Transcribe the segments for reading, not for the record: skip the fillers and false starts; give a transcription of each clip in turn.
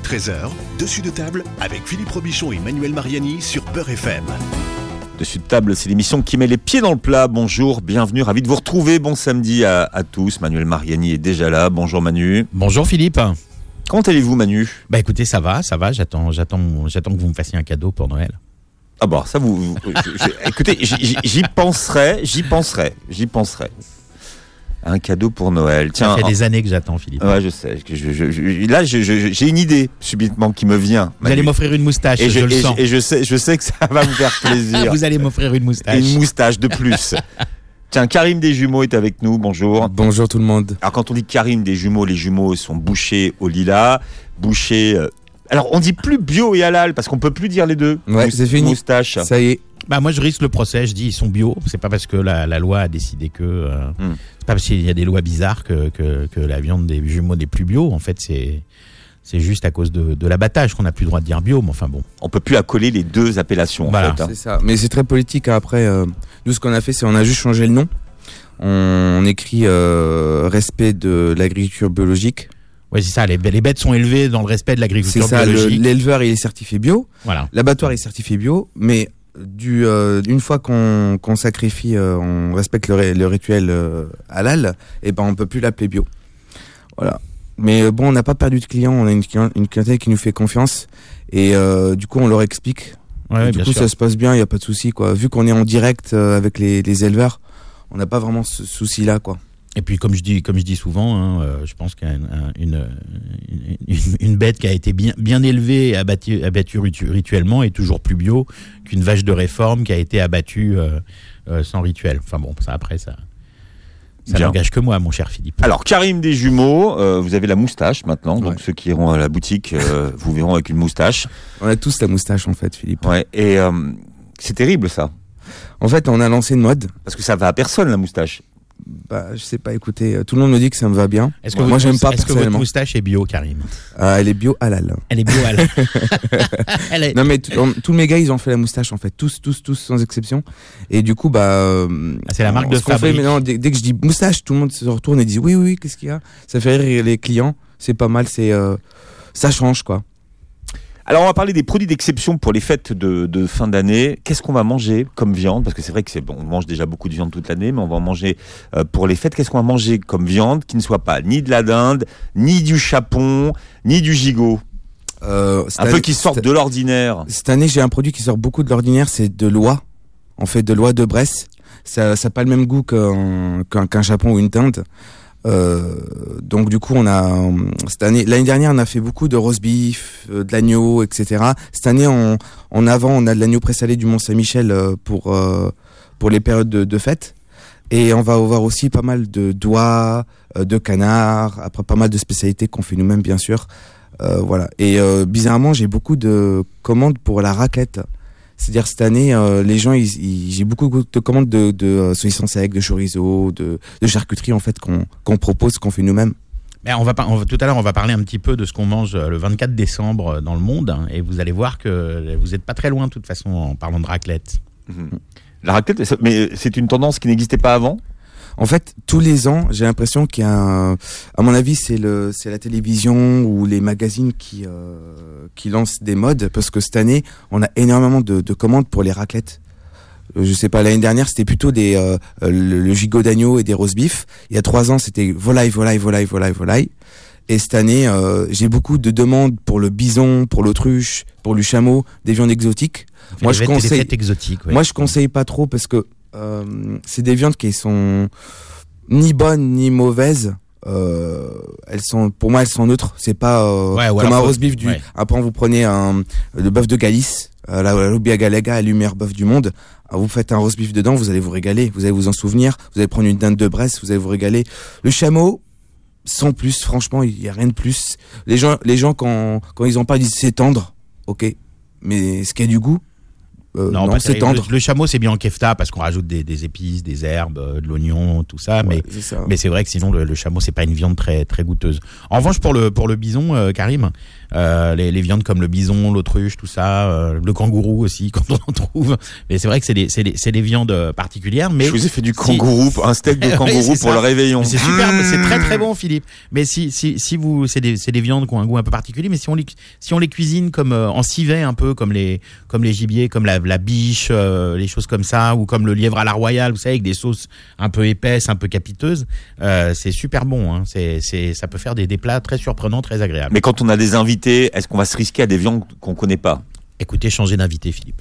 13h, Dessus de table avec Philippe Robichon et Manuel Mariani sur Beurre FM. Dessus de table, c'est l'émission qui met les pieds dans le plat. Bonjour, bienvenue, ravi de vous retrouver. Bon samedi à tous. Manuel Mariani est déjà là. Bonjour Manu. Bonjour Philippe. Comment allez-vous Manu ? Bah écoutez, ça va. J'attends que vous me fassiez un cadeau pour Noël. Ah bon, ça écoutez, j'y penserai. Un cadeau pour Noël. Tiens, ça fait des années que j'attends, Philippe. Ouais, je sais. Là, j'ai une idée subitement qui me vient. Vous allez m'offrir une moustache, je le sens. Et je sais que ça va vous faire plaisir. Vous allez m'offrir une moustache. Une moustache de plus. Tiens, Karim des Jumeaux est avec nous. Bonjour. Bonjour tout le monde. Alors, quand on dit Karim des Jumeaux, les jumeaux sont bouchés au lilas, bouchés. Alors, on dit plus bio et halal parce qu'on peut plus dire les deux. Ouais, c'est fini. Moustache. Ça y est. Bah moi je risque le procès, je dis ils sont bio, c'est pas parce que la loi a décidé que c'est pas parce qu'il y a des lois bizarres que la viande des jumeaux n'est plus bio, en fait c'est juste à cause de l'abattage qu'on n'a plus le droit de dire bio, mais enfin bon. On peut plus accoler les deux appellations voilà. En fait. C'est ça, mais c'est très politique après. Nous ce qu'on a fait c'est on a juste changé le nom. On écrit respect de l'agriculture biologique. Oui, c'est ça, les bêtes sont élevées dans le respect de l'agriculture biologique. L'éleveur il est certifié bio, voilà. L'abattoir est certifié bio, mais une fois qu'on sacrifie, on respecte le rituel halal, et ben on peut plus l'appeler bio. Voilà. Mais bon, on n'a pas perdu de clients, on a une clientèle qui nous fait confiance, et du coup on leur explique. Ouais, du coup sûr. ça se passe bien, il y a pas de souci quoi. Vu qu'on est en direct avec les éleveurs, on n'a pas vraiment ce souci là quoi. Et puis comme je dis souvent, je pense qu'une bête qui a été bien élevée et abattue rituellement est toujours plus bio qu'une vache de réforme qui a été abattue sans rituel. Enfin bon, ça après ça n'engage que moi, mon cher Philippe. Alors Karim des Jumeaux, vous avez la moustache maintenant, donc ouais. ceux qui iront à la boutique vous verront avec une moustache. On a tous la moustache en fait, Philippe. Ouais. Et c'est terrible ça, En fait, on a lancé une mode. parce que ça va à personne la moustache. Bah, je sais pas, écoutez, tout le monde me dit que ça me va bien. Moi, j'aime pas Est-ce que votre personnellement. moustache est bio, Karim ? Elle est bio halal. Elle est bio, elle. Non mais tous mes gars ils ont fait la moustache en fait, tous sans exception. Et du coup c'est la marque de fabrique. Maintenant dès que je dis moustache, tout le monde se retourne et dit oui, qu'est-ce qu'il y a ? Ça fait rire les clients, c'est pas mal, ça change quoi. Alors on va parler des produits d'exception pour les fêtes de fin d'année. Qu'est-ce qu'on va manger comme viande ? Parce que c'est vrai que on mange déjà beaucoup de viande toute l'année, mais on va en manger pour les fêtes. Qu'est-ce qu'on va manger comme viande qui ne soit pas ni de la dinde, ni du chapon, ni du gigot ? Peu qui sortent de l'ordinaire. Cette année j'ai un produit qui sort beaucoup de l'ordinaire, c'est de l'oie. En fait de l'oie de Bresse. Ça n'a pas le même goût qu'un chapon ou une dinde. Donc du coup l'année dernière on a fait beaucoup de roast beef, de l'agneau, etc. Cette année on a de l'agneau présalé du Mont-Saint-Michel pour les périodes de fête, et on va avoir aussi pas mal de doigts, de canard, après pas mal de spécialités qu'on fait nous-mêmes bien sûr. Voilà. Et bizarrement j'ai beaucoup de commandes pour la raclette. C'est-à-dire cette année, les gens, j'ai beaucoup de commandes de saucisson sec, de chorizo, de charcuterie en fait qu'on propose, qu'on fait nous-mêmes. Mais tout à l'heure, on va parler un petit peu de ce qu'on mange le 24 décembre dans le monde, hein, et vous allez voir que vous n'êtes pas très loin de toute façon en parlant de raclette. La raclette, mais c'est une tendance qui n'existait pas avant ? En fait, tous les ans, j'ai l'impression qu'il y a à mon avis, c'est la télévision ou les magazines qui lancent des modes, parce que cette année, on a énormément de commandes pour les raclettes. Je sais pas, l'année dernière, c'était plutôt le gigot d'agneau et des roast beef. Il y a 3 ans, c'était volaille. Et cette année, j'ai beaucoup de demandes pour le bison, pour l'autruche, pour le chameau, des viandes exotiques. Moi, je conseille pas trop parce que c'est des viandes qui sont ni bonnes ni mauvaises. Pour moi elles sont neutres. C'est pas comme un roast beef Après vous prenez le bœuf de Galice, la Lubia Galega, la meilleure bœuf du monde. Vous faites un roast beef dedans, vous allez vous régaler, vous allez vous en souvenir. Vous allez prendre une dinde de Bresse, vous allez vous régaler. Le chameau, sans plus, franchement il y a rien de plus. Les gens quand ils en parlent, ils disent c'est tendre, ok, mais ce qui a du goût, non, c'est tendre. Le chameau, c'est bien en kefta parce qu'on rajoute des épices, des herbes, de l'oignon, tout ça. Ouais, mais c'est vrai que sinon, le chameau, c'est pas une viande très, très goûteuse. En revanche, pour le bison, Karim, les viandes comme le bison, l'autruche, tout ça, le kangourou aussi, quand on en trouve. Mais c'est vrai que c'est des viandes particulières. Mais je vous ai fait du kangourou, un steak de kangourou pour le réveillon. Mais c'est super, c'est très très bon, Philippe. Mais si vous, c'est des viandes qui ont un goût un peu particulier, mais si on les cuisine comme en civet un peu, comme les gibiers, comme la biche, les choses comme ça, ou comme le lièvre à la royale, vous savez, avec des sauces un peu épaisses, un peu capiteuses, c'est super bon. Hein. Ça peut faire des plats très surprenants, très agréables. Mais quand on a des invités, est-ce qu'on va se risquer à des viandes qu'on connaît pas? Écoutez, changez d'invité, Philippe.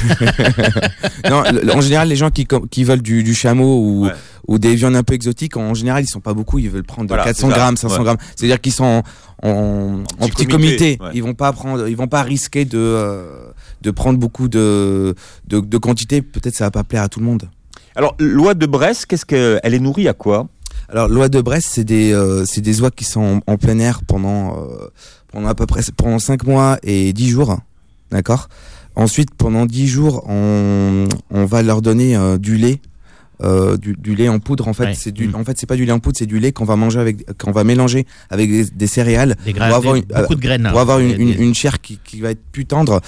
Non, en général, les gens qui veulent du chameau ou des viandes un peu exotiques, en général, ils sont pas beaucoup. Ils veulent prendre 400 grammes, 500 grammes. C'est-à-dire qu'ils sont en petit comité. Ouais. Ils vont pas risquer de prendre beaucoup de quantité. Peut-être ça va pas plaire à tout le monde. Alors, l'oie de Bresse, elle est nourrie à quoi? Alors, l'oie de Bresse, c'est des oies qui sont en plein air pendant à peu près 5 mois et 10 jours. D'accord. Ensuite, pendant 10 jours, on va leur donner du lait, du lait en poudre. En fait, c'est pas du lait en poudre, c'est du lait qu'on va mélanger avec des céréales. Beaucoup de graines. Pour avoir une chair qui va être plus tendre.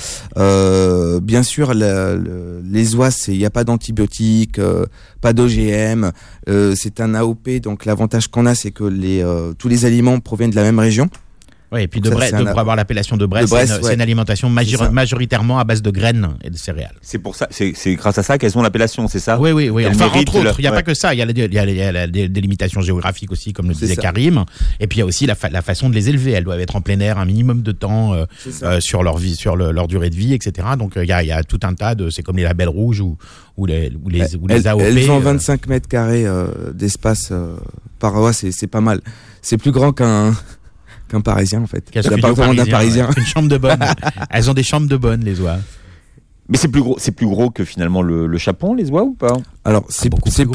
Bien sûr, les oies, il n'y a pas d'antibiotiques, pas d'OGM. C'est un AOP, donc l'avantage qu'on a, c'est que tous les aliments proviennent de la même région. Oui, et puis pour avoir l'appellation de Bresse, c'est une alimentation majoritairement à base de graines et de céréales. C'est pour ça, c'est grâce à ça qu'elles ont l'appellation, c'est ça? Oui. Enfin, entre autres, il n'y a pas que ça. Il y a la délimitation géographique aussi, comme le disait Karim. Et puis il y a aussi la façon de les élever. Elles doivent être en plein air un minimum de temps sur leur vie, sur leur durée de vie, etc. Donc il y a tout un tas c'est comme les labels rouges ou les AOP. Elles ont 25 mètres carrés d'espace par oie, c'est pas mal. C'est plus grand qu'un Parisien, en fait. Il n'y a pas vraiment d'un Parisien. Une chambre de bonne. Elles ont des chambres de bonne, les oies. Mais c'est plus gros que finalement le chapon, les oies, ou pas? Alors, c'est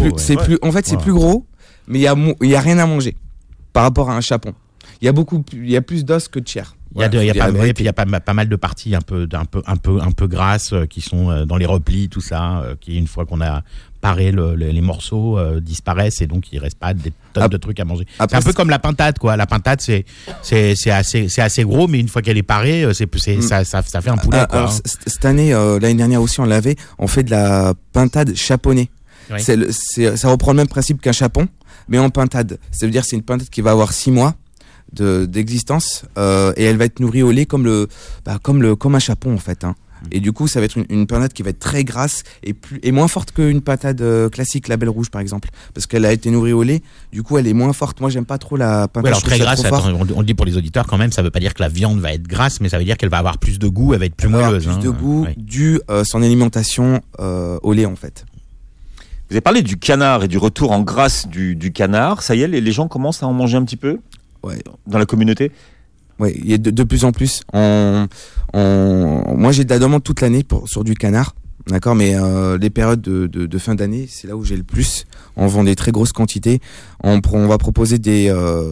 plus gros, mais il y a rien à manger par rapport à un chapon. Il y a plus d'os que de chair. Et puis il y a pas mal de parties un peu grasses qui sont dans les replis, tout ça, qui une fois qu'on a paré les morceaux disparaissent et donc il reste pas des tonnes de trucs à manger. C'est un peu comme la pintade, quoi. La pintade c'est assez gros, mais une fois qu'elle est parée, ça fait un poulet. Alors, cette année, l'année dernière aussi, on fait de la pintade chaponnée. Oui. Ça reprend le même principe qu'un chapon, mais en pintade. Ça veut dire que c'est une pintade qui va avoir 6 mois d'existence et elle va être nourrie au lait comme un chapon, en fait, hein. Et du coup ça va être une pintade qui va être très grasse et moins forte qu'une pintade classique label rouge, par exemple, parce qu'elle a été nourrie au lait. Du coup elle est moins forte. Moi j'aime pas trop la pintade. Oui, alors très grasse, on le dit pour les auditeurs quand même, ça veut pas dire que la viande va être grasse, mais ça veut dire qu'elle va avoir plus de goût, elle va être plus moelleuse, plus de goût dû son alimentation au lait, en fait. Vous avez parlé du canard et du retour en grâce du canard. Ça y est, les gens commencent à en manger un petit peu dans la communauté? Oui, il y a de plus en plus. Moi, j'ai de la demande toute l'année sur du canard, d'accord, mais les périodes de fin d'année, c'est là où j'ai le plus. On vend des très grosses quantités. On va proposer des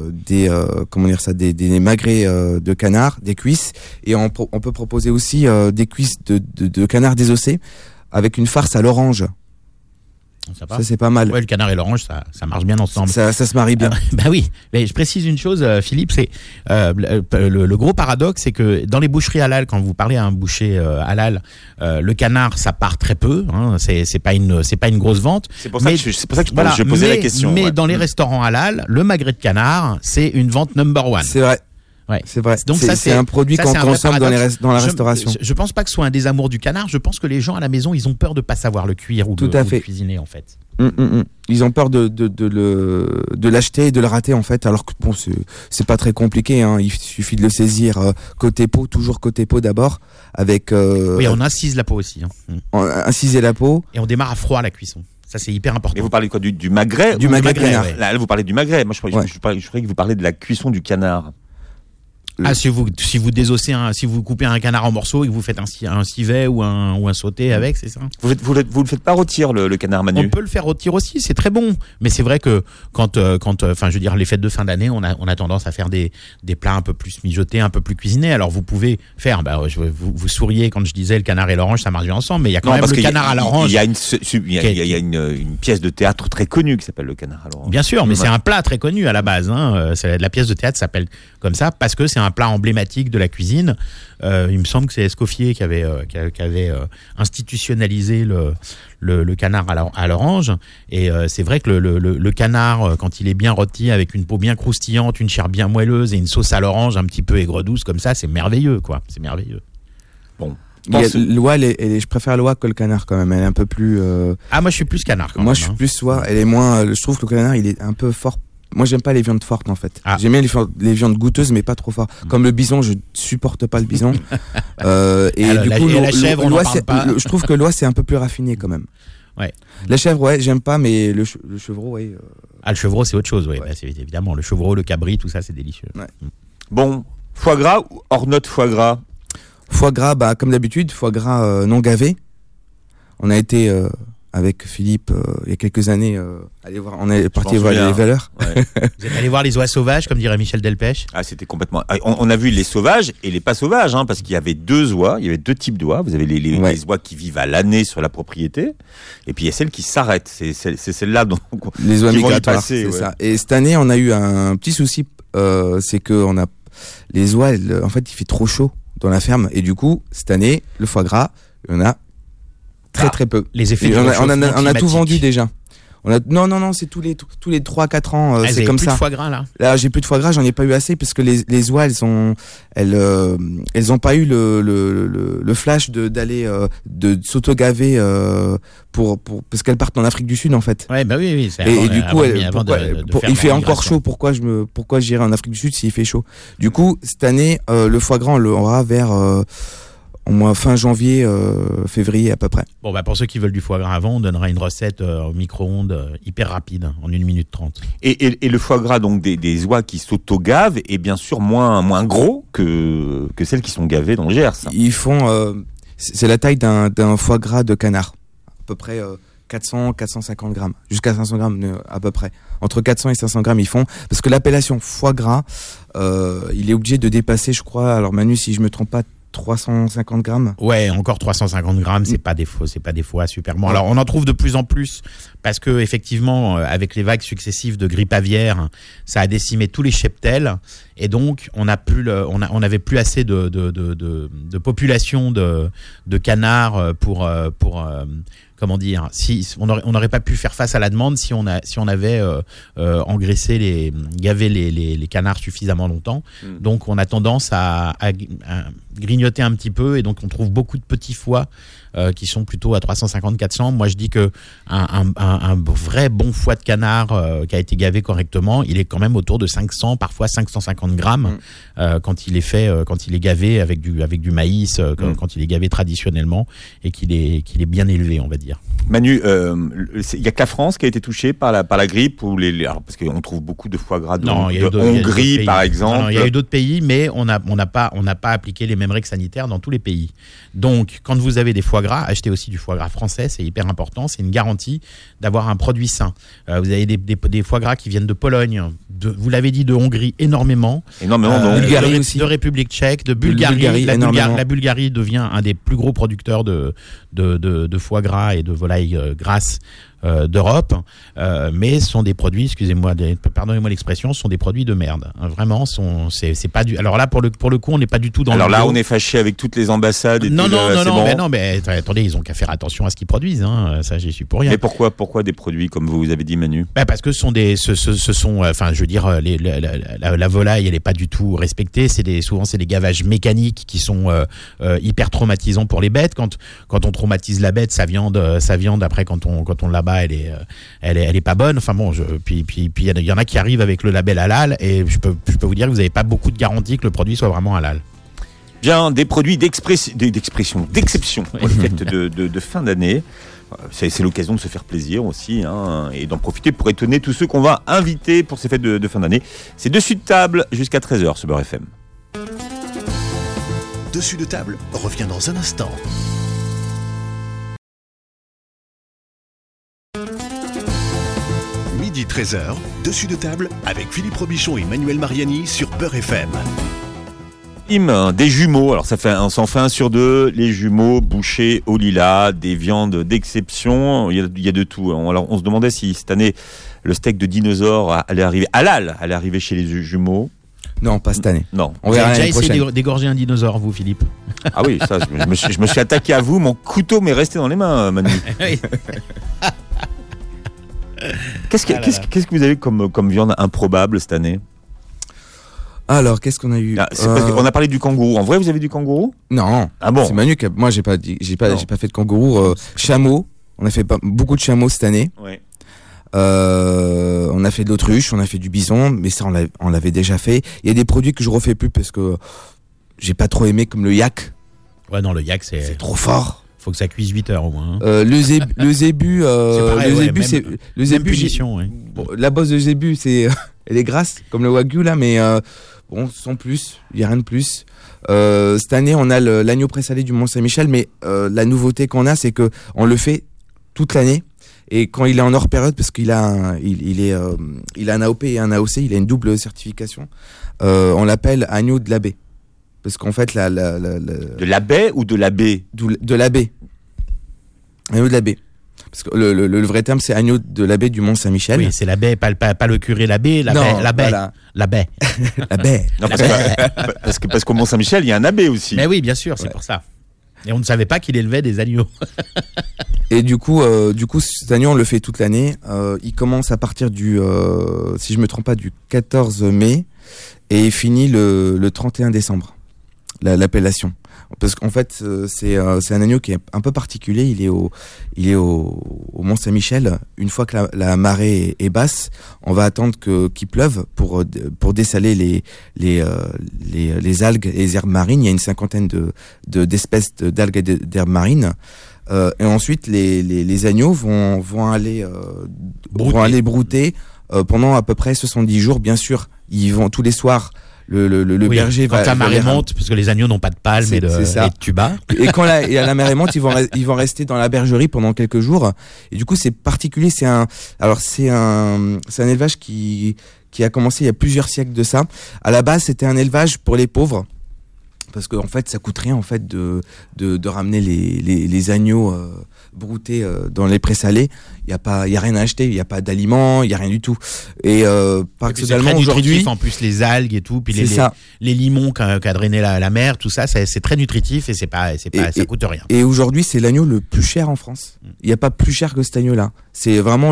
magrets de canard, des cuisses, et on peut proposer aussi des cuisses de canard désossé avec une farce à l'orange. Ça c'est pas mal. Ouais, le canard et l'orange, ça marche bien ensemble. Ça se marie bien. Bah oui. Mais je précise une chose, Philippe, c'est le gros paradoxe, c'est que dans les boucheries halal, quand vous parlez à un boucher halal, le canard, ça part très peu. Hein, c'est pas une grosse vente. C'est pour ça que je posais la question. Mais dans les restaurants halal, le magret de canard, c'est une vente number one. C'est vrai. Ouais. C'est vrai. Donc c'est un produit qu'on consomme dans la restauration. Je pense pas que ce soit un désamour du canard. Je pense que les gens à la maison, ils ont peur de pas savoir le cuire ou de le cuisiner, en fait. Ils ont peur de l'acheter et de le rater, en fait. Alors que bon, c'est pas très compliqué, hein. Il suffit de le saisir côté peau, toujours côté peau d'abord, avec. Oui, on incise la peau aussi. Hein. Inciser la peau. Et on démarre à froid la cuisson. Ça, c'est hyper important. Et vous parlez quoi, du magret? Du magret de canard. Ouais. Là, vous parlez du magret. Moi, je croyais que vous parlez de la cuisson du canard. si vous désossez si vous coupez un canard en morceaux et que vous faites un civet ou un sauté avec, c'est ça. Vous le faites pas rôtir le canard, Manu? On peut le faire rôtir aussi, c'est très bon. Mais c'est vrai que quand je veux dire, les fêtes de fin d'année, on a tendance à faire des plats un peu plus mijotés, un peu plus cuisinés. Alors vous pouvez faire, vous souriez quand je disais le canard et l'orange, ça marche bien ensemble, mais il y a quand même le canard à l'orange. Il y a une pièce de théâtre très connue qui s'appelle le canard à l'orange. Bien sûr, mais c'est un plat très connu à la base. La pièce de théâtre s'appelle comme ça parce que c'est un plat emblématique de la cuisine. Il me semble que c'est Escoffier qui avait institutionnalisé le canard à l'orange. Et c'est vrai que le canard, quand il est bien rôti avec une peau bien croustillante, une chair bien moelleuse et une sauce à l'orange un petit peu aigre-douce comme ça, c'est merveilleux, quoi. C'est merveilleux. Bon. L'oie, je préfère l'oie que le canard quand même. Elle est un peu plus. Moi je suis plus canard. Quand moi même, je suis plus oie. Elle est moins. Je trouve que le canard il est un peu fort. Moi j'aime pas les viandes fortes en fait. J'aime bien les viandes goûteuses mais pas trop fort. Comme le bison, je supporte pas le bison. La chèvre, on n'en parle pas. Je trouve que l'oie c'est un peu plus raffiné quand même. Ouais. La chèvre, ouais, j'aime pas, mais le chevreau, ouais. Le chevreau c'est autre chose, ouais. C'est évidemment le chevreau, le cabri, tout ça c'est délicieux. Ouais. Bon, foie gras ou hors note foie gras? Foie gras, comme d'habitude, foie gras non gavé. On a été avec Philippe il y a quelques années on est parti voir les valeurs. Ouais. Vous êtes allé voir les oies sauvages, comme dirait Michel Delpech? C'était complètement. On a vu les sauvages et les pas sauvages, parce qu'il y avait deux oies, il y avait deux types d'oies. Vous avez les oies qui vivent à l'année sur la propriété, et puis il y a celles qui s'arrêtent. C'est celles-là dont les oies migratoires. C'est ça. Et cette année, on a eu un petit souci, c'est que les oies, en fait, il fait trop chaud dans la ferme, et du coup, cette année, le foie gras, on a très peu. Les effets on a tout vendu déjà. Non, c'est tous les 3-4 ans, c'est comme ça. Plus de foie gras là. Là, j'ai plus de foie gras, j'en ai pas eu assez parce que les oies, elles ont pas eu le flash d'aller de s'auto-gaver parce qu'elles partent en Afrique du Sud en fait. Ouais, oui. Et du coup, il fait encore chaud. Pourquoi j'irai en Afrique du Sud s'il fait chaud? Du coup, cette année, le foie gras, on l'aura vers au moins fin janvier, février à peu près. Bon, pour ceux qui veulent du foie gras avant, on donnera une recette au micro-ondes hyper rapide, en 1 minute 30. Et le foie gras donc des oies qui s'auto-gavent est bien sûr moins gros que celles qui sont gavées dans le Gers. Ils font, c'est la taille d'un foie gras de canard, à peu près 400-450 grammes, jusqu'à 500 grammes à peu près. Entre 400 et 500 grammes ils font, parce que l'appellation foie gras, il est obligé de dépasser, je crois, alors Manu, si je me trompe pas, 350 grammes. Ouais, encore 350 grammes, c'est pas des foies super bons. Alors, on en trouve de plus en plus parce que, effectivement, avec les vagues successives de grippe aviaire, ça a décimé tous les cheptels et donc, on n'avait plus assez de population de canards pour comment dire, si on n'aurait pas pu faire face à la demande si on avait engraissé gavé les canards suffisamment longtemps. Donc on a tendance à grignoter un petit peu et donc on trouve beaucoup de petits foies qui sont plutôt à 350-400. Moi je dis que un vrai bon foie de canard qui a été gavé correctement, il est quand même autour de 500, parfois 550 grammes quand il est gavé avec du maïs, quand il est gavé traditionnellement et qu'il est bien élevé, on va dire. Manu, il y a que la France qui a été touchée par la grippe ou parce qu'on trouve beaucoup de foie gras de Hongrie par exemple. Non, il y a eu d'autres pays, mais on n'a pas appliqué les mêmes règles sanitaires dans tous les pays. Donc, quand vous avez des foie gras, achetez aussi du foie gras français, c'est hyper important. C'est une garantie d'avoir un produit sain. Vous avez des foie gras qui viennent de Pologne, vous l'avez dit, de Hongrie énormément. De Bulgarie aussi. De République tchèque, de Bulgarie. La Bulgarie devient un des plus gros producteurs de foie gras et de volailles grasses d'Europe, mais ce sont des produits, pardonnez-moi l'expression, ce sont des produits de merde. Vraiment, c'est pas du. Alors là, pour le coup, on n'est pas du tout dans. Alors là, on est fâché avec toutes les ambassades. Mais attendez, ils ont qu'à faire attention à ce qu'ils produisent. Ça, j'y suis pour rien. Mais pourquoi des produits comme vous avez dit, Manu? Parce que la volaille, elle est pas du tout respectée. Souvent, c'est des gavages mécaniques qui sont hyper traumatisants pour les bêtes. Quand on traumatise la bête, sa viande après quand on l'abat, elle est pas bonne. Enfin bon, puis il y en a qui arrivent avec le label halal et je peux vous dire que vous n'avez pas beaucoup de garantie que le produit soit vraiment halal. Bien, des produits d'exception pour les fêtes de fin d'année. C'est l'occasion de se faire plaisir aussi et d'en profiter pour étonner tous ceux qu'on va inviter pour ces fêtes de fin d'année. C'est dessus de table jusqu'à 13h sur Beurre FM. Dessus de table revient dans un instant. Midi 13h, Dessus de table avec Philippe Robichon et Manuel Mariani sur Beurre FM. Des jumeaux, alors on s'en fait un sur deux, les jumeaux bouchés au lilas, des viandes d'exception, il y a de tout. Alors on se demandait si cette année le steak de dinosaure allait arriver chez les jumeaux. Non, pas cette année. Non. Vous avez déjà essayé d'égorger un dinosaure, vous, Philippe? Ah oui, ça, je me suis attaqué à vous, mon couteau m'est resté dans les mains, Manu. Oui. Qu'est-ce que vous avez comme viande improbable cette année? Alors, qu'est-ce qu'on a eu? Parce qu'on a parlé du kangourou. En vrai, vous avez du kangourou? Non. Ah bon? C'est Manu qui moi, j'ai pas fait de kangourou. Chameau. On a fait beaucoup de chameaux cette année. Ouais. On a fait de l'autruche, on a fait du bison, mais ça, on l'avait déjà fait. Il y a des produits que je refais plus parce que j'ai pas trop aimé, comme le yak. Ouais, non, le yak, c'est trop fort. Faut que ça cuise 8 heures au moins. Le zébu, le zébu, punition, ouais. Bon, la bosse de zébu, elle est grasse, comme le wagyu là, mais bon, sans plus, il y a rien de plus. Cette année, on a l'agneau présalé du Mont-Saint-Michel, mais la nouveauté qu'on a, c'est que on le fait toute l'année. Et quand il est en hors période, parce qu'il a il a un AOP et un AOC, il a une double certification. On l'appelle agneau de la baie, parce qu'en fait de la baie ou de la baie? De la baie. Agneau de la baie. Parce que le vrai terme, c'est agneau de la baie du Mont-Saint-Michel. Oui, c'est la baie, pas le curé la baie, la baie. Voilà. La baie. La baie. Non, parce qu'au Mont-Saint-Michel, il y a un abbé aussi. Mais oui, bien sûr, c'est pour ça. Et on ne savait pas qu'il élevait des agneaux. Et du coup, cet agneau, on le fait toute l'année. Il commence à partir si je me trompe pas, du 14 mai et il finit le 31 décembre, l'appellation. Parce qu'en fait, c'est un agneau qui est un peu particulier. Il est au Mont-Saint-Michel. Une fois que la marée est basse, on va attendre qu'il pleuve pour dessaler les algues et les herbes marines. Il y a une cinquantaine d'espèces d'algues et d'herbes marines. Et ensuite, les agneaux vont aller brouter pendant à peu près 70 jours. Bien sûr, ils vont tous les soirs. Le berger va. Quand la marée monte, parce que les agneaux n'ont pas de palme et de tuba. Et quand la marée monte, ils vont rester dans la bergerie pendant quelques jours. Et du coup, c'est particulier. C'est un élevage qui a commencé il y a plusieurs siècles de ça. À la base, c'était un élevage pour les pauvres. Parce qu'en fait, ça coûte rien en fait de ramener les agneaux broutés dans les présalés. Il y a rien à acheter, il y a pas d'aliments, il y a rien du tout. Et paradoxalement aujourd'hui, en plus les algues et tout, puis les limons qu'a drainé la mer, tout ça, c'est très nutritif et ça coûte rien. Et aujourd'hui, c'est l'agneau le plus cher en France. Il y a pas plus cher que cet agneau-là. C'est vraiment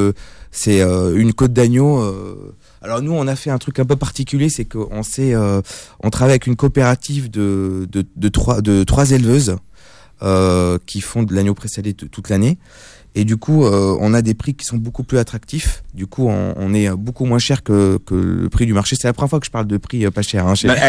une côte d'agneau. Alors nous, on a fait un truc un peu particulier, c'est qu'on travaille avec une coopérative de trois éleveuses qui font de l'agneau présalé toute l'année. Et du coup, on a des prix qui sont beaucoup plus attractifs. Du coup, on est beaucoup moins cher que le prix du marché. C'est la première fois que je parle de prix pas cher. Hein,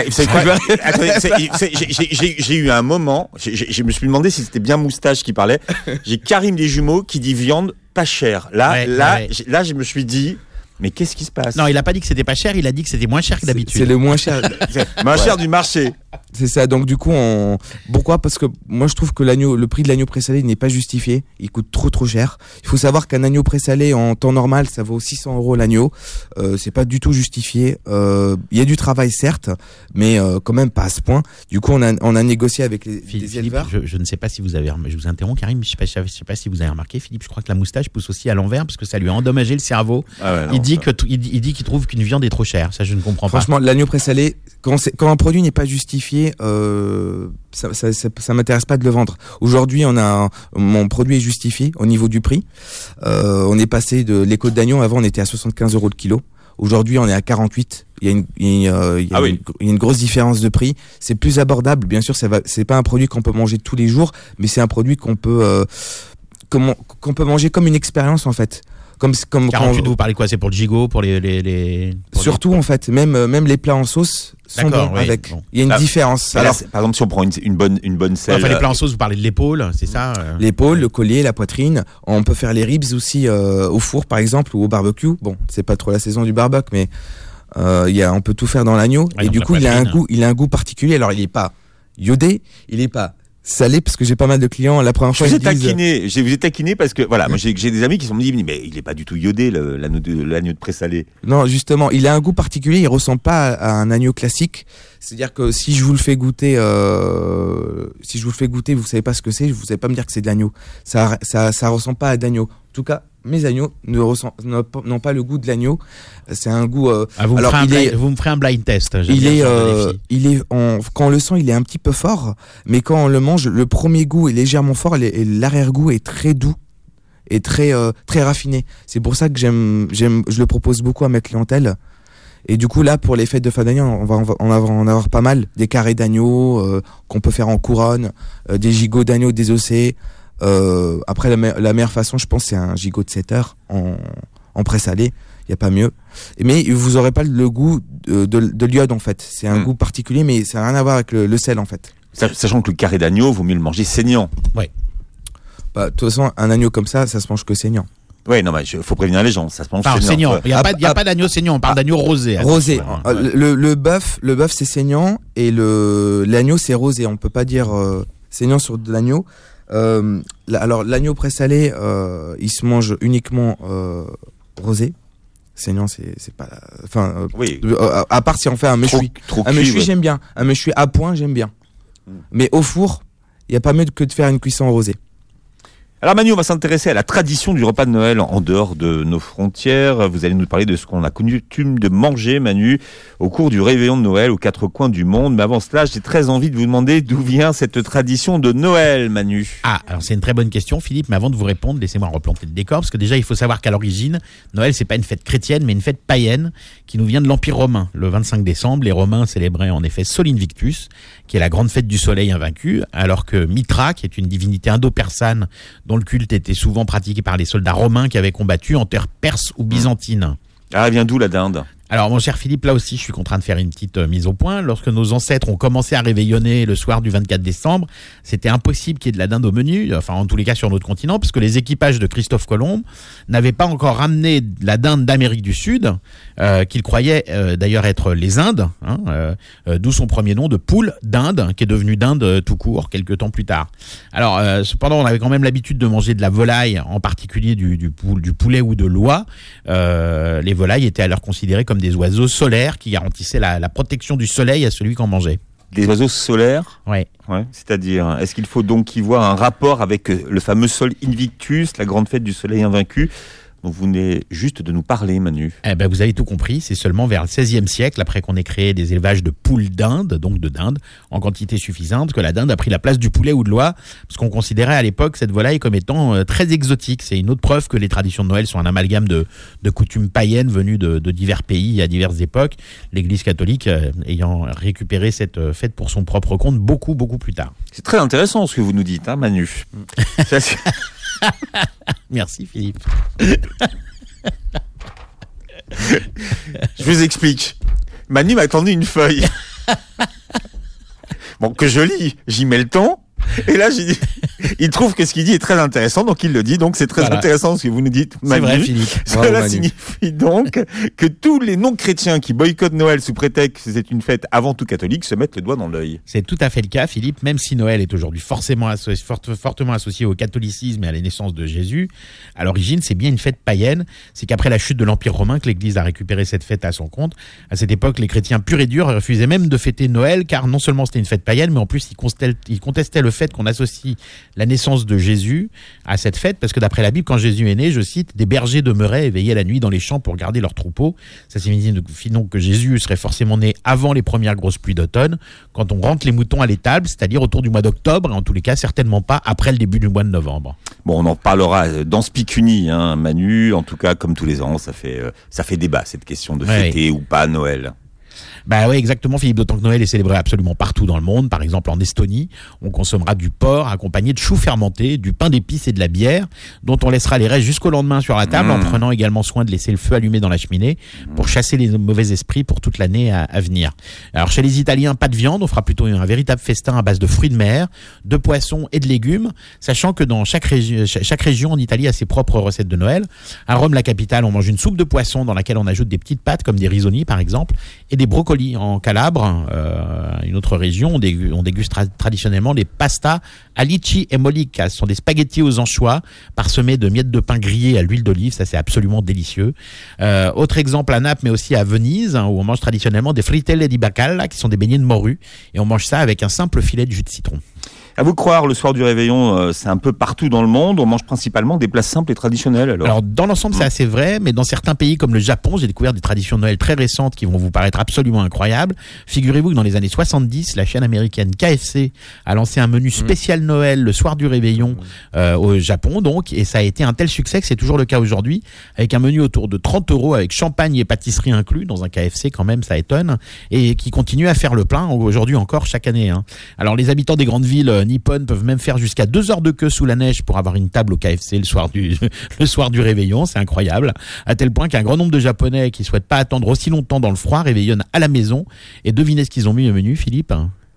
j'ai eu un moment, je me suis demandé si c'était bien Moustache qui parlait. J'ai Karim des Jumeaux qui dit viande pas chère. Là, je me suis dit... Mais qu'est-ce qui se passe? Non, il a pas dit que c'était pas cher, il a dit que c'était moins cher que d'habitude. C'est le moins cher. Moins cher du marché. C'est ça. Donc du coup, pourquoi? Parce que moi, je trouve que le prix de l'agneau présalé n'est pas justifié. Il coûte trop cher. Il faut savoir qu'un agneau présalé en temps normal, ça vaut 600 € l'agneau. C'est pas du tout justifié. Il y a du travail certes, mais quand même pas à ce point. Du coup, on a négocié avec les éleveurs. Je ne sais pas si vous avez. Je vous interromps, Karim. Je sais pas si vous avez remarqué, Philippe. Je crois que la moustache pousse aussi à l'envers parce que ça lui a endommagé le cerveau. Ah ouais, il dit qu'il trouve qu'une viande est trop chère. Ça, je ne comprends pas. Franchement, l'agneau présalé, quand un produit n'est pas justifié, ça m'intéresse pas de le vendre. Aujourd'hui, mon produit est justifié au niveau du prix. On est passé les côtes d'agneau. Avant, on était à 75 € le kilo. Aujourd'hui, on est à 48. Il y a une grosse différence de prix. C'est plus abordable. Bien sûr, c'est pas un produit qu'on peut manger tous les jours, mais c'est un produit qu'on peut manger comme une expérience en fait. Comme 48, vous parlez quoi? C'est pour le gigot, pour surtout en fait, même les plats en sauce sont bons avec. Bon. Il y a une différence. Alors, par exemple, si on prend une bonne selle. Enfin, les plats en sauce, vous parlez de l'épaule, c'est ça? L'épaule, le collier, la poitrine. On peut faire les ribs aussi au four, par exemple, ou au barbecue. Bon, c'est pas trop la saison du barbecue, mais On peut tout faire dans l'agneau. Ouais, et du coup, il a un goût particulier. Alors, il est pas iodé, il est pas salé, parce que j'ai pas mal de clients. La première fois, je vous ai taquiné parce que voilà, moi j'ai des amis qui se sont dit mais il est pas du tout iodé l'agneau de présalé. Non, justement, il a un goût particulier. Il ressemble pas à un agneau classique. C'est-à-dire que si je vous le fais goûter, vous savez pas ce que c'est, vous savez pas me dire que c'est de l'agneau. Ça ressemble pas à d'agneau. En tout cas, mes agneaux n'ont pas le goût de l'agneau. C'est un goût. Vous me ferez un blind test. Quand on le sent, il est un petit peu fort, mais quand on le mange, le premier goût est légèrement fort et l'arrière-goût est très doux et très raffiné. C'est pour ça que je le propose beaucoup à ma clientèle. Et du coup, là, pour les fêtes de fin d'année, on va en avoir pas mal. Des carrés d'agneau qu'on peut faire en couronne, des gigots d'agneau désossés. Après, la meilleure façon, je pense, c'est un gigot de 7 heures en présalé. Il n'y a pas mieux. Mais vous aurez pas le goût de l'iode, en fait. C'est un goût particulier, mais ça n'a rien à voir avec le sel, en fait. Sachant que le carré d'agneau, vaut mieux le manger saignant. Ouais. De toute façon, un agneau comme ça se mange que saignant. Oui, non, mais faut prévenir les gens, ça se mange saignant. Il n'y a pas d'agneau saignant, on parle d'agneau rosé. Rosé. Le bœuf c'est saignant et l'agneau c'est rosé. On peut pas dire saignant sur de l'agneau. Alors l'agneau présalé, il se mange uniquement rosé. Saignant, c'est pas. Enfin, oui. À part si on fait un méchoui. Un méchoui, j'aime bien. Un méchoui à point, j'aime bien. Mais au four, il y a pas mieux que de faire une cuisson rosée. Alors Manu, on va s'intéresser à la tradition du repas de Noël en dehors de nos frontières. Vous allez nous parler de ce qu'on a coutume de manger, Manu, au cours du réveillon de Noël aux 4 coins du monde. Mais avant cela, j'ai très envie de vous demander d'où vient cette tradition de Noël, Manu. Alors c'est une très bonne question, Philippe. Mais avant de vous répondre, laissez-moi replanter le décor, parce que déjà il faut savoir qu'à l'origine, Noël c'est pas une fête chrétienne, mais une fête païenne qui nous vient de l'Empire romain. Le 25 décembre, les Romains célébraient en effet Sol Invictus, qui est la grande fête du soleil invaincu, alors que Mitra, qui est une divinité indo-persane dont le culte était souvent pratiqué par les soldats romains qui avaient combattu en terre perse ou byzantine. Ah, vient d'où la dinde ? Alors mon cher Philippe, là aussi je suis contraint de faire une petite mise au point. Lorsque nos ancêtres ont commencé à réveillonner le soir du 24 décembre, c'était impossible qu'il y ait de la dinde au menu, enfin en tous les cas sur notre continent, parce que les équipages de Christophe Colomb n'avaient pas encore ramené la dinde d'Amérique du Sud, qu'ils croyaient d'ailleurs être les Indes, d'où son premier nom de poule d'Inde, qui est devenu dinde tout court quelques temps plus tard. Alors cependant on avait quand même l'habitude de manger de la volaille, en particulier du poulet ou de l'oie. Les volailles étaient alors considérées comme des oiseaux solaires qui garantissaient la protection du soleil à celui qu'on mangeait. Des oiseaux solaires ? Ouais. C'est-à-dire, est-ce qu'il faut donc y voir un rapport avec le fameux Sol Invictus, la grande fête du soleil invaincu, dont vous venez juste de nous parler, Manu ? Vous avez tout compris, c'est seulement vers le XVIe siècle, après qu'on ait créé des élevages de poules d'Inde, donc de dinde, en quantité suffisante, que la dinde a pris la place du poulet ou de l'oie, parce qu'on considérait à l'époque cette volaille comme étant très exotique. C'est une autre preuve que les traditions de Noël sont un amalgame de coutumes païennes venues de divers pays à diverses époques, l'Église catholique ayant récupéré cette fête pour son propre compte beaucoup, beaucoup plus tard. C'est très intéressant ce que vous nous dites, hein, Manu. Merci Philippe. Je vous explique. Manu m'a tendu une feuille. Bon, que je lis, j'y mets le temps. Et là, j'ai dit, il trouve que ce qu'il dit est très intéressant, donc il le dit. Donc c'est très intéressant ce que vous nous dites, Manu. C'est vrai, Philippe. Cela signifie donc que tous les non-chrétiens qui boycottent Noël sous prétexte que c'est une fête avant tout catholique se mettent le doigt dans l'œil. C'est tout à fait le cas, Philippe. Même si Noël est aujourd'hui fortement associé au catholicisme et à la naissance de Jésus, à l'origine, c'est bien une fête païenne. C'est qu'après la chute de l'Empire romain que l'Église a récupéré cette fête à son compte. À cette époque, les chrétiens purs et durs refusaient même de fêter Noël, car non seulement c'était une fête païenne, mais en plus ils contestaient le fait qu'on associe la naissance de Jésus à cette fête, parce que d'après la Bible, quand Jésus est né, je cite, des bergers demeuraient éveillés la nuit dans les champs pour garder leurs troupeaux. Ça signifie donc que Jésus serait forcément né avant les premières grosses pluies d'automne, quand on rentre les moutons à l'étable, c'est-à-dire autour du mois d'octobre, et en tous les cas certainement pas après le début du mois de novembre. Bon, on en parlera dans Spicuni, Manu. En tout cas, comme tous les ans, ça fait débat cette question de fêter ou pas Noël. Bah oui, exactement, Philippe, d'autant que Noël est célébré absolument partout dans le monde. Par exemple, en Estonie, on consommera du porc accompagné de choux fermentés, du pain d'épices et de la bière, dont on laissera les restes jusqu'au lendemain sur la table, en prenant également soin de laisser le feu allumé dans la cheminée pour chasser les mauvais esprits pour toute l'année à venir. Alors, chez les Italiens, pas de viande, on fera plutôt un véritable festin à base de fruits de mer, de poissons et de légumes, sachant que dans chaque région en Italie a ses propres recettes de Noël. À Rome, la capitale, on mange une soupe de poisson dans laquelle on ajoute des petites pâtes comme des risoni par exemple et des brocolis. En Calabre, une autre région, on déguste traditionnellement les pasta alici e mollica. Ce sont des spaghettis aux anchois parsemés de miettes de pain grillées à l'huile d'olive. Ça, c'est absolument délicieux. Autre exemple à Naples, mais aussi à Venise, où on mange traditionnellement des frittelle di bacalla, qui sont des beignets de morue, et on mange ça avec un simple filet de jus de citron. À vous croire, le soir du réveillon, c'est un peu partout dans le monde. On mange principalement des plats simples et traditionnels. Alors dans l'ensemble, c'est assez vrai, mais dans certains pays comme le Japon, j'ai découvert des traditions de Noël très récentes qui vont vous paraître absolument incroyables. Figurez-vous que dans les années 70, la chaîne américaine KFC a lancé un menu spécial Noël le soir du réveillon au Japon, donc, et ça a été un tel succès que c'est toujours le cas aujourd'hui, avec un menu autour de 30 € avec champagne et pâtisserie inclus dans un KFC quand même, ça étonne, et qui continue à faire le plein aujourd'hui encore chaque année. Alors les habitants des grandes villes nippones peuvent même faire jusqu'à 2 heures de queue sous la neige pour avoir une table au KFC le soir du réveillon. C'est incroyable. À tel point qu'un grand nombre de Japonais qui souhaitent pas attendre aussi longtemps dans le froid réveillonnent à la maison. Et devinez ce qu'ils ont mis au menu, Philippe?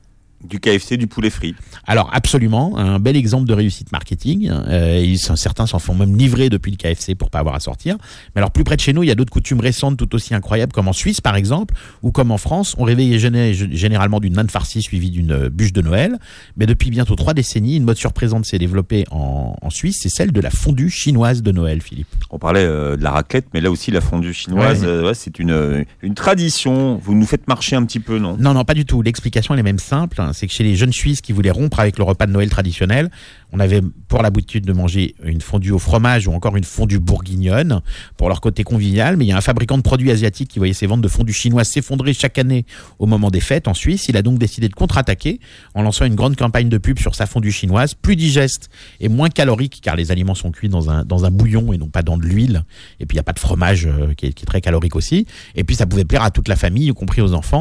Du KFC, du poulet frit. Alors absolument, un bel exemple de réussite marketing. Certains s'en font même livrer depuis le KFC pour pas avoir à sortir. Mais alors plus près de chez nous, il y a d'autres coutumes récentes tout aussi incroyables, comme en Suisse par exemple, ou comme en France. On réveille généralement d'une manne farcie suivie d'une bûche de Noël. Mais depuis bientôt 3 décennies, une mode surprenante s'est développée en Suisse, c'est celle de la fondue chinoise de Noël, Philippe. On parlait de la raclette, mais là aussi la fondue chinoise, c'est une tradition. Vous nous faites marcher un petit peu, non? Non, pas du tout. L'explication elle est même simple. C'est que chez les jeunes Suisses qui voulaient rompre avec le repas de Noël traditionnel, on avait pour l'habitude de manger une fondue au fromage ou encore une fondue bourguignonne pour leur côté convivial, mais il y a un fabricant de produits asiatiques qui voyait ses ventes de fondue chinoise s'effondrer chaque année au moment des fêtes en Suisse. Il a donc décidé de contre-attaquer en lançant une grande campagne de pub sur sa fondue chinoise, plus digeste et moins calorique car les aliments sont cuits dans un bouillon et non pas dans de l'huile. Et puis il n'y a pas de fromage qui est très calorique aussi. Et puis ça pouvait plaire à toute la famille, y compris aux enfants.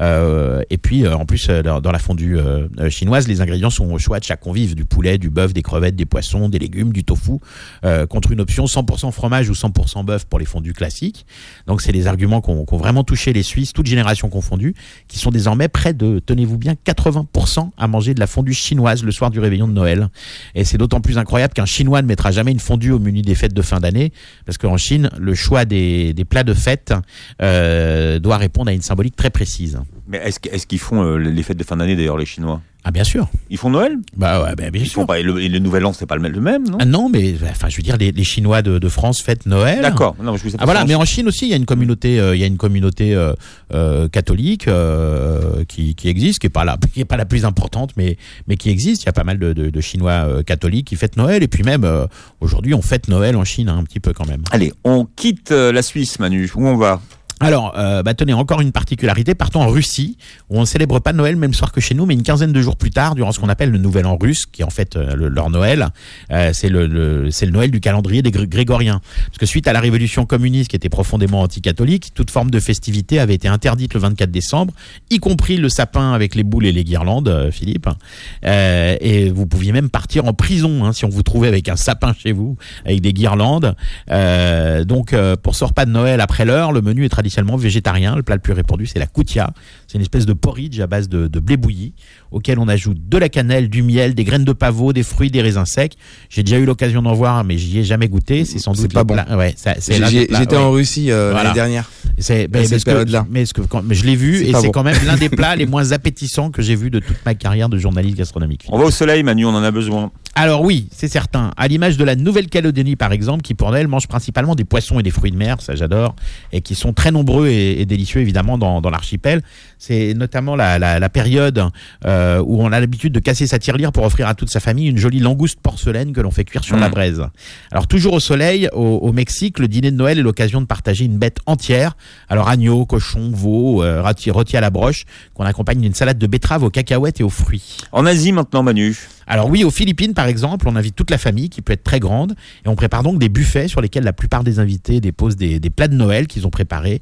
Et puis en plus dans la fondue chinoise, les ingrédients sont au choix de chaque convive, du poulet, du bœuf, des crevettes, des poissons, des légumes, du tofu, contre une option 100% fromage ou 100% bœuf pour les fondues classiques. Donc c'est des arguments qui ont vraiment touché les Suisses, toutes générations confondues, qui sont désormais près de, tenez-vous bien, 80% à manger de la fondue chinoise le soir du réveillon de Noël. Et c'est d'autant plus incroyable qu'un Chinois ne mettra jamais une fondue au menu des fêtes de fin d'année, parce qu'en Chine, le choix des plats de fête doit répondre à une symbolique très précise. Mais est-ce qu'ils font les fêtes de fin d'année d'ailleurs, les Chinois? Ah bien sûr. Ils font Noël? Bah ouais, bien Ils sûr. font pas, et le Nouvel An, c'est pas le même, non? Ah non, mais enfin, je veux dire, les Chinois de France fêtent Noël. D'accord. Non, je vous voilà, mais en Chine aussi, il y a une communauté, catholique qui existe, qui est pas la plus importante, mais qui existe. Il y a pas mal de Chinois catholiques qui fêtent Noël, et puis même aujourd'hui, on fête Noël en Chine un petit peu quand même. Allez, on quitte la Suisse, Manu. Où on va? Alors, tenez, encore une particularité, partons en Russie, où on ne célèbre pas Noël même soir que chez nous, mais une quinzaine de jours plus tard, durant ce qu'on appelle le Nouvel An russe, qui est en fait leur Noël, c'est le Noël du calendrier des grégoriens. Parce que suite à la révolution communiste qui était profondément anticatholique, toute forme de festivité avait été interdite le 24 décembre, y compris le sapin avec les boules et les guirlandes, Philippe. Et vous pouviez même partir en prison si on vous trouvait avec un sapin chez vous, avec des guirlandes. Donc, pour ce repas de Noël après l'heure, le menu est traditionnellement végétarien. Le plat le plus répandu, c'est la koutia. C'est une espèce de porridge à base de blé bouilli, auquel on ajoute de la cannelle, du miel, des graines de pavot, des fruits, des raisins secs. J'ai déjà eu l'occasion d'en voir, mais j'y ai jamais goûté. C'est sans doute pas bon. Ouais, J'étais en Russie l'année dernière. C'est cette période-là. Mais je l'ai vu, et c'est quand même l'un des plats les moins appétissants que j'ai vu de toute ma carrière de journaliste gastronomique. On va au soleil, Manu, on en a besoin. Alors oui, c'est certain. À l'image de la Nouvelle-Calédonie, par exemple, qui pour Noël mange principalement des poissons et des fruits de mer, ça j'adore, et qui sont très nombreux et délicieux évidemment dans l'archipel. C'est notamment la période où on a l'habitude de casser sa tirelire pour offrir à toute sa famille une jolie langouste porcelaine que l'on fait cuire sur la braise. Alors toujours au soleil, au Mexique, le dîner de Noël est l'occasion de partager une bête entière. Alors agneau, cochon, veau, rôti à la broche, qu'on accompagne d'une salade de betterave aux cacahuètes et aux fruits. En Asie maintenant, Manu. Alors oui, aux Philippines par exemple, on invite toute la famille qui peut être très grande, et on prépare donc des buffets sur lesquels la plupart des invités déposent des plats de Noël qu'ils ont préparés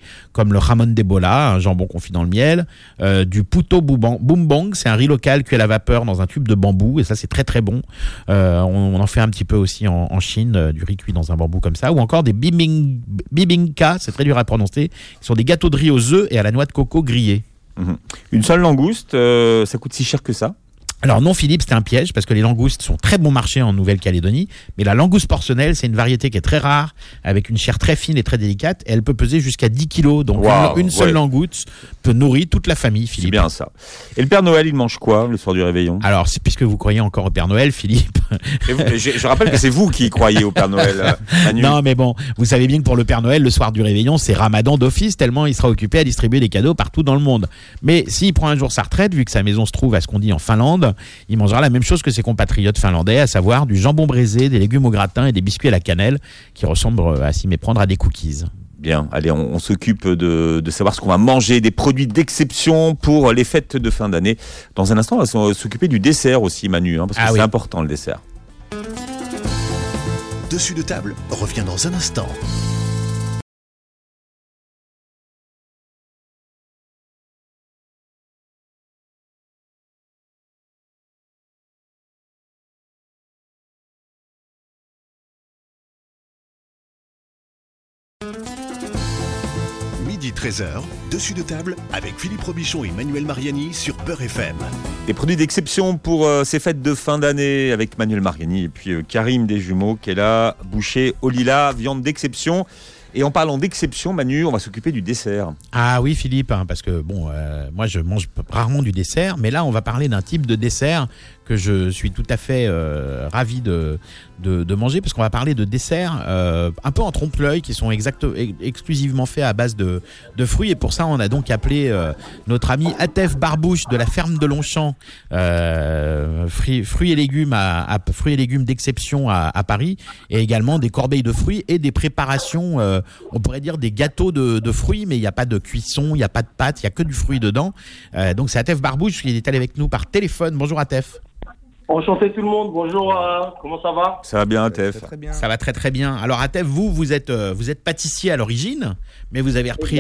comme le jamon d'Ebola, un jambon confit dans le miel, du puto bumbang, c'est un riz local cuit à la vapeur dans un tube de bambou, et ça c'est très très bon. On en fait un petit peu aussi en Chine, du riz cuit dans un bambou comme ça, ou encore des bibingka, c'est très dur à prononcer, qui sont des gâteaux de riz aux œufs et à la noix de coco grillée. Une seule langouste, ça coûte si cher que ça? Alors non, Philippe, c'était un piège parce que les langoustes sont très bon marché en Nouvelle-Calédonie, mais la langouste portionnelle, c'est une variété qui est très rare, avec une chair très fine et très délicate, et elle peut peser jusqu'à 10 kilos. Donc une seule langouste peut nourrir toute la famille, Philippe. C'est bien ça. Et le Père Noël, il mange quoi le soir du réveillon? Alors, c'est puisque vous croyez encore au Père Noël, Philippe. Je rappelle que c'est vous qui croyez au Père Noël, Manu. Non, mais bon, vous savez bien que pour le Père Noël, le soir du réveillon, c'est Ramadan d'office, tellement il sera occupé à distribuer des cadeaux partout dans le monde. Mais s'il prend un jour sa retraite, vu que sa maison se trouve à ce qu'on dit en Finlande, il mangera la même chose que ses compatriotes finlandais, à savoir du jambon braisé, des légumes au gratin et des biscuits à la cannelle qui ressemblent à s'y méprendre à des cookies. Bien, allez, on s'occupe de savoir ce qu'on va manger, des produits d'exception pour les fêtes de fin d'année. Dans un instant, on va s'occuper du dessert aussi, Manu, parce que c'est important le dessert. Dessus de table revient dans un instant. Midi 13h, dessus de table avec Philippe Robichon et Manuel Mariani sur Beurre FM. Des produits d'exception pour ces fêtes de fin d'année avec Manuel Mariani et puis Karim des jumeaux qui est là, boucher au lilas, viande d'exception. Et en parlant d'exception, Manu, on va s'occuper du dessert. Ah oui, Philippe, parce que bon, moi je mange rarement du dessert, mais là on va parler d'un type de dessert que je suis tout à fait ravi de manger, parce qu'on va parler de desserts un peu en trompe-l'œil qui sont exclusivement faits à base de fruits, et pour ça on a donc appelé notre ami Atef Barbouche de la ferme de Longchamp, fruits et légumes d'exception à Paris, et également des corbeilles de fruits et des préparations, on pourrait dire des gâteaux de fruits, mais il n'y a pas de cuisson, il n'y a pas de pâte, il n'y a que du fruit dedans. Donc c'est Atef Barbouche qui est allé avec nous par téléphone. Bonjour Atef. Enchanté tout le monde, bonjour, comment ça va? Ça va bien, Atef? Très bien. Ça va très très bien. Alors Atef, vous êtes pâtissier à l'origine, mais vous avez repris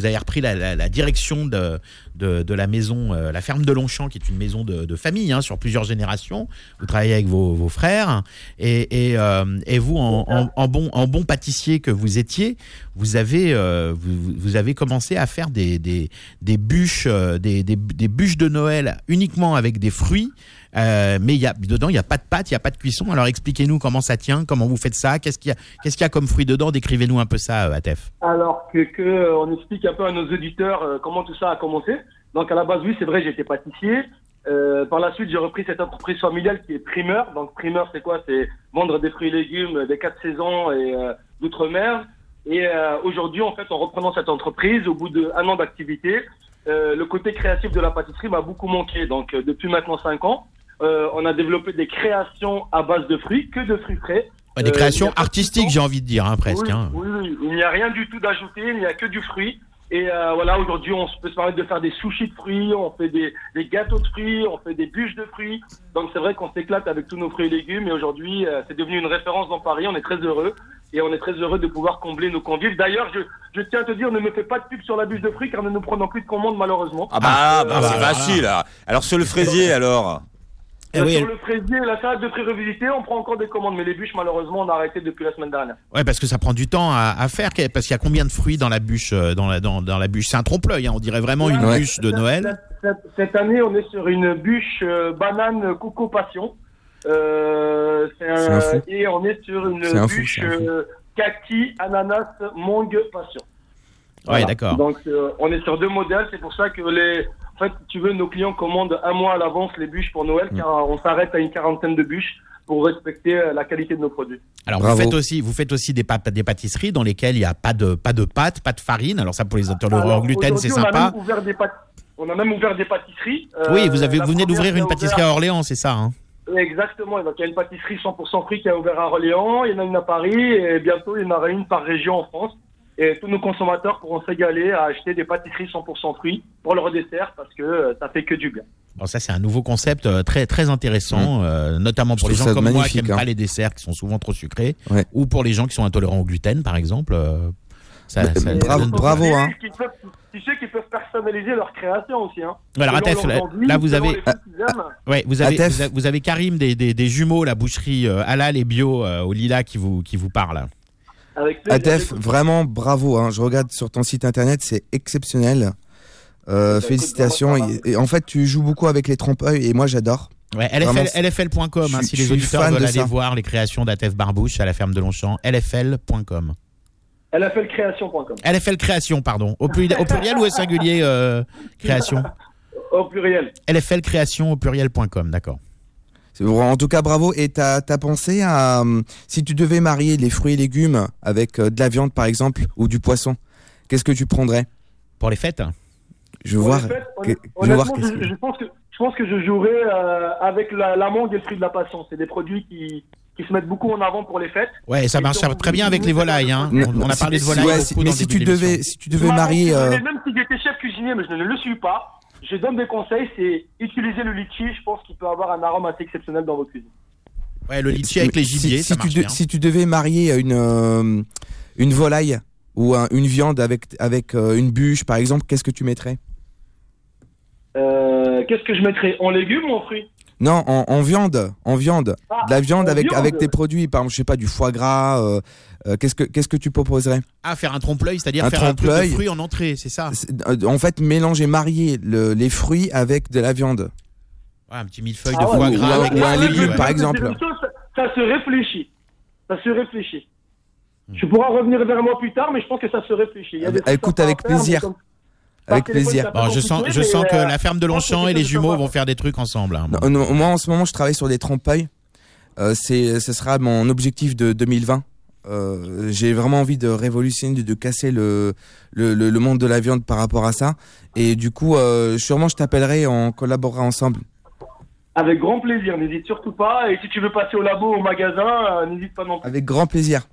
la direction de la maison, la ferme de Longchamp, qui est une maison de famille sur plusieurs générations. Vous travaillez avec vos frères, et vous en bon pâtissier que vous étiez, vous avez commencé à faire des bûches, des bûches de Noël uniquement avec des fruits. Mais dedans, il n'y a pas de pâte, il n'y a pas de cuisson. Alors expliquez-nous comment ça tient, comment vous faites ça, qu'est-ce qu'il y a comme fruits dedans. Décrivez-nous un peu ça, Atef. Alors on explique un peu à nos auditeurs comment tout ça a commencé. Donc à la base, oui, c'est vrai, j'étais pâtissier. Par la suite, j'ai repris cette entreprise familiale qui est primeur. Donc primeur, c'est quoi? C'est vendre des fruits et légumes des 4 saisons et d'outre-mer. Et aujourd'hui, en fait, en reprenant cette entreprise, au bout d'1 an d'activité, le côté créatif de la pâtisserie m'a beaucoup manqué. Donc depuis maintenant 5 ans, on a développé des créations à base de fruits, que de fruits frais. Des créations artistiques, j'ai envie de dire, presque. Oui, il n'y a rien du tout d'ajouté, il n'y a que du fruit. Et voilà, aujourd'hui, on peut se permettre de faire des sushis de fruits, on fait des gâteaux de fruits, on fait des bûches de fruits. Donc c'est vrai qu'on s'éclate avec tous nos fruits et légumes. Et aujourd'hui, c'est devenu une référence dans Paris. On est très heureux. Et on est très heureux de pouvoir combler nos convives. D'ailleurs, je tiens à te dire, ne me fais pas de pub sur la bûche de fruits, car nous ne prenons plus de commandes, malheureusement. C'est facile. Alors sur le fraisier, alors sur le fraisier, la salade de fruits revisitée, on prend encore des commandes, mais les bûches, malheureusement, on a arrêté depuis la semaine dernière. Ouais, parce que ça prend du temps à faire, parce qu'il y a combien de fruits dans la bûche, dans la bûche? C'est un trompe-l'œil, on dirait vraiment une bûche de Noël. Cette année, on est sur une bûche banane coco passion. Et on est sur une bûche kaki ananas mangue passion. Voilà. Ouais, d'accord. Donc on est sur 2 modèles, c'est pour ça que en fait, si tu veux, nos clients commandent 1 mois à l'avance les bûches pour Noël, car on s'arrête à une 40aine de bûches pour respecter la qualité de nos produits. Alors vous faites aussi des pâtisseries dans lesquelles il n'y a pas de pâte, pas de farine. Alors ça, pour les intolérants au gluten, c'est sympa. On a même ouvert des pâtisseries. Oui, vous venez d'ouvrir une pâtisserie à Orléans, c'est ça, Exactement. Donc il y a une pâtisserie 100% fruits qui a ouvert à Orléans, il y en a une à Paris, et bientôt il y en aura une par région en France. Et tous nos consommateurs pourront s'égaler à acheter des pâtisseries 100% fruits pour leur dessert, parce que ça fait que du bien. Bon, ça c'est un nouveau concept très très intéressant, notamment pour les gens comme moi qui n'aiment pas les desserts qui sont souvent trop sucrés, ou pour les gens qui sont intolérants au gluten par exemple. Bravo, hein. Tu sais qu'ils peuvent personnaliser leur création aussi, hein. Alors, Atef, là, vous avez Karim des jumeaux, la boucherie halal et bio au Lila qui vous parle. Atef, vraiment bravo, hein. Je regarde sur ton site internet, c'est exceptionnel. Félicitations. Et en fait, tu joues beaucoup avec les trompe-œil et moi j'adore. Ouais, LFL.com, hein, si les auditeurs veulent aller voir les créations d'Atef Barbouche à la ferme de Longchamp, LFL.com. LFLcréation.com. LFL Création, pardon. Au pluriel ou au singulier création? Au pluriel. LFL Création au pluriel.com, d'accord. En tout cas, bravo. Et t'as pensé à si tu devais marier les fruits et légumes avec de la viande, par exemple, ou du poisson, qu'est-ce que tu prendrais pour les fêtes? Je veux voir. Je pense que je jouerais avec la mangue et le fruit de la passion. C'est des produits qui se mettent beaucoup en avant pour les fêtes. Ouais, ça marche très bien avec les volailles. Hein. On a parlé de volailles. Mais si tu devais marier, même si j'étais chef cuisinier, mais je ne le suis pas. Je donne des conseils, c'est utiliser le litchi. Je pense qu'il peut avoir un arôme assez exceptionnel dans votre cuisine. Ouais, le litchi avec les gibiers, ça marche bien. Si tu devais marier une volaille ou une viande avec une bûche, par exemple, qu'est-ce que tu mettrais? Qu'est-ce que je mettrais? En légumes ou en fruits? Non, en viande. De la viande avec tes produits, par exemple, je sais pas, du foie gras. Qu'est-ce que tu proposerais? Faire un trompe-l'œil, c'est-à-dire faire un truc de fruits en entrée, c'est ça? En fait, mélanger, marier les fruits avec de la viande. Ouais, un petit millefeuille de foie gras ou un légume, par exemple. Ça se réfléchit. Tu pourras revenir vers moi plus tard, mais je pense que ça se réfléchit. Écoute, avec plaisir. Avec plaisir. Bon, je sens que la ferme de Longchamp et les jumeaux vont faire des trucs ensemble. Hein. Non, moi, en ce moment, je travaille sur des trompe-œil. Ce sera mon objectif de 2020. J'ai vraiment envie de révolutionner, de casser le monde de la viande par rapport à ça. Et du coup, sûrement, je t'appellerai, on collaborera ensemble. Avec grand plaisir, n'hésite surtout pas. Et si tu veux passer au labo, au magasin, n'hésite pas non plus. Avec grand plaisir.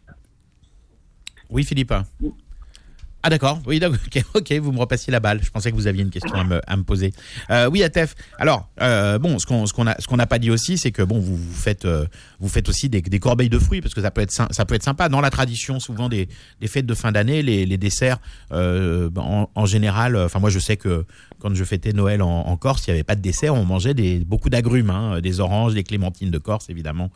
Oui, Philippe. Ah d'accord, oui, ok, vous me repassiez la balle. Je pensais que vous aviez une question à me poser. Oui, Atef. Alors, bon, ce qu'on n'a pas dit aussi, c'est que bon, vous faites aussi des corbeilles de fruits parce que ça peut être sympa. Dans la tradition, souvent des fêtes de fin d'année, les desserts, en général. Enfin, moi, je sais que quand je fêtais Noël en Corse, il n'y avait pas de dessert, on mangeait beaucoup d'agrumes, hein, des oranges, des clémentines de Corse, évidemment,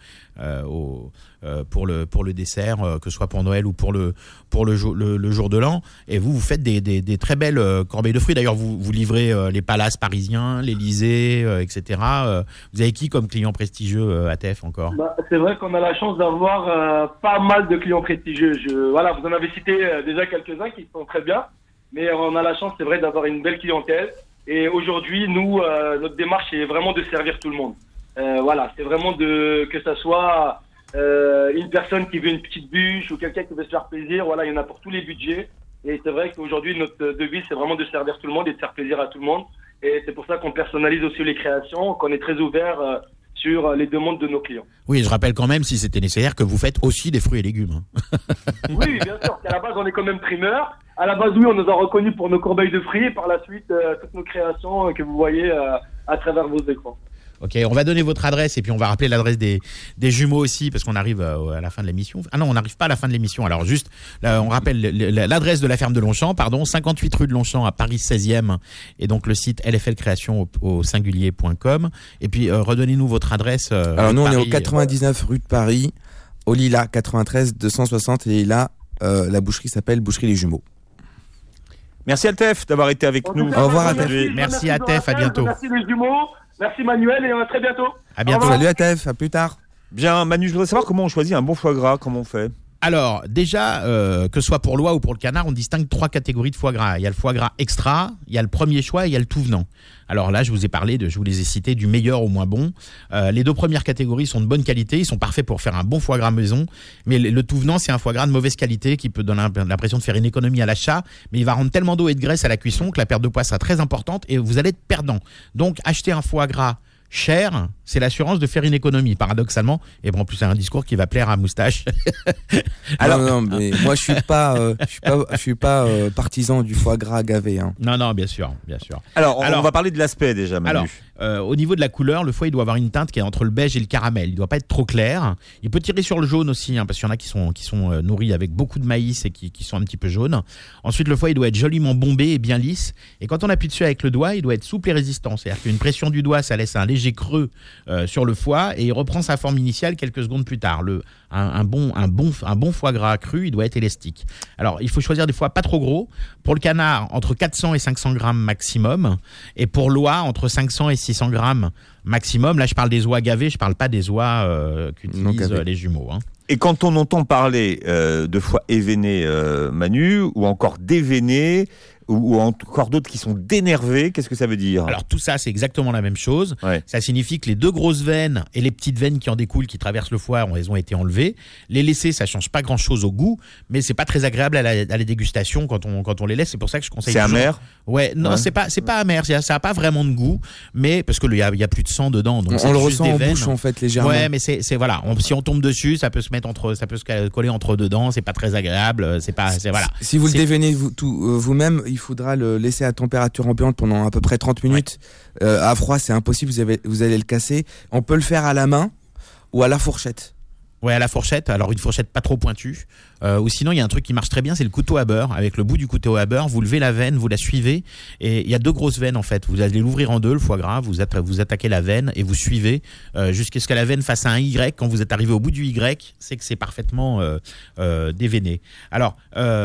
pour le dessert, que ce soit pour Noël ou pour le jour de l'an. Et vous faites des très belles corbeilles de fruits. D'ailleurs, vous livrez les palaces parisiens, l'Élysée, etc. Vous avez qui comme client prestigieux, Atef, encore? C'est vrai qu'on a la chance d'avoir pas mal de clients prestigieux. Voilà, vous en avez cité déjà quelques-uns qui sont très bien. Mais on a la chance, c'est vrai, d'avoir une belle clientèle. Et aujourd'hui, nous, notre démarche, c'est vraiment de servir tout le monde. Voilà, c'est vraiment que ça soit une personne qui veut une petite bûche ou quelqu'un qui veut se faire plaisir. Voilà, il y en a pour tous les budgets. Et c'est vrai qu'aujourd'hui, notre devise, c'est vraiment de servir tout le monde et de faire plaisir à tout le monde. Et c'est pour ça qu'on personnalise aussi les créations, qu'on est très ouvert sur les demandes de nos clients. Oui, je rappelle quand même, si c'était nécessaire, que vous faites aussi des fruits et légumes. Oui, bien sûr, qu'à la base, on est quand même primeur. À la base, oui, on nous a reconnus pour nos corbeilles de fruits et par la suite, toutes nos créations que vous voyez à travers vos écrans. Ok, on va donner votre adresse et puis on va rappeler l'adresse des jumeaux aussi parce qu'on arrive à la fin de l'émission. Ah non, on n'arrive pas à la fin de l'émission. Alors juste, là, on rappelle l'adresse de la ferme de Longchamp, 58 rue de Longchamp à Paris 16e et donc le site LFLcréation au singulier.com. Et puis redonnez-nous votre adresse. Alors nous, on est au 99 rue de Paris, au Lila, 93 260 et là, la boucherie s'appelle Boucherie Les Jumeaux. Merci Atef d'avoir été avec nous. Au revoir Atef. Merci Atef, à bientôt. Merci les jumeaux. Merci Manuel et à très bientôt. À bientôt. Salut Atef, à plus tard. Bien, Manu, je voudrais savoir comment on choisit un bon foie gras, comment on fait? Alors, déjà, que ce soit pour l'oie ou pour le canard, on distingue 3 catégories de foie gras. Il y a le foie gras extra, il y a le premier choix et il y a le tout venant. Alors là, je vous les ai cités du meilleur au moins bon. Les 2 premières catégories sont de bonne qualité, ils sont parfaits pour faire un bon foie gras maison. Mais le tout venant, c'est un foie gras de mauvaise qualité qui peut donner l'impression de faire une économie à l'achat, mais il va rendre tellement d'eau et de graisse à la cuisson que la perte de poids sera très importante et vous allez être perdant. Donc, achetez un foie gras cher, c'est l'assurance de faire une économie, paradoxalement. Et bon, en plus, c'est un discours qui va plaire à Moustache. Alors, non, mais moi, je suis pas partisan du foie gras gavé. Hein. Non, bien sûr. Alors, on va parler de l'aspect déjà, Manu. Alors, au niveau de la couleur, le foie, il doit avoir une teinte qui est entre le beige et le caramel. Il doit pas être trop clair. Il peut tirer sur le jaune aussi, parce qu'il y en a qui sont nourris avec beaucoup de maïs et qui sont un petit peu jaunes. Ensuite, le foie, il doit être joliment bombé et bien lisse. Et quand on appuie dessus avec le doigt, il doit être souple et résistant. C'est-à-dire qu'une pression du doigt, ça laisse un léger creux sur le foie et il reprend sa forme initiale quelques secondes plus tard. Un bon foie gras cru, il doit être élastique. Alors, il faut choisir des foies pas trop gros. Pour le canard, entre 400 et 500 grammes maximum. Et pour l'oie, entre 500 et 600 grammes maximum. Là, je parle des oies gavées, je parle pas des oies qu'utilisent les jumeaux. Hein. Et quand on entend parler de foie événé, Manu, ou encore dévéné, ou encore d'autres qui sont dénervés, qu'est-ce que ça veut dire ? Alors tout ça, c'est exactement la même chose. Ouais. Ça signifie que les deux grosses veines et les petites veines qui en découlent, qui traversent le foie, elles ont été enlevées. Les laisser, ça change pas grand-chose au goût, mais c'est pas très agréable à la dégustation quand on les laisse. C'est pour ça que je conseille. C'est amer ? Ouais, non, ouais. C'est pas amer. Ça a pas vraiment de goût, mais parce que il y a plus de sang dedans. Donc on le ressent en bouche en fait légèrement. Ouais, mais c'est voilà. Si on tombe dessus, ça peut se coller entre deux dents. C'est pas très agréable. C'est voilà. Si vous le déveinez vous-même, il faudra le laisser à température ambiante pendant à peu près 30 minutes. Ouais. À froid, c'est impossible, vous allez le casser. On peut le faire à la main ou à la fourchette. Ouais, à la fourchette. Alors une fourchette pas trop pointue. Ou sinon, il y a un truc qui marche très bien, c'est le couteau à beurre. Avec le bout du couteau à beurre, vous levez la veine, vous la suivez. Et il y a deux grosses veines en fait. Vous allez l'ouvrir en deux, le foie gras. Vous attaquez la veine et vous suivez jusqu'à ce que la veine fasse un Y. Quand vous êtes arrivé au bout du Y, c'est que c'est parfaitement déveiné. Alors,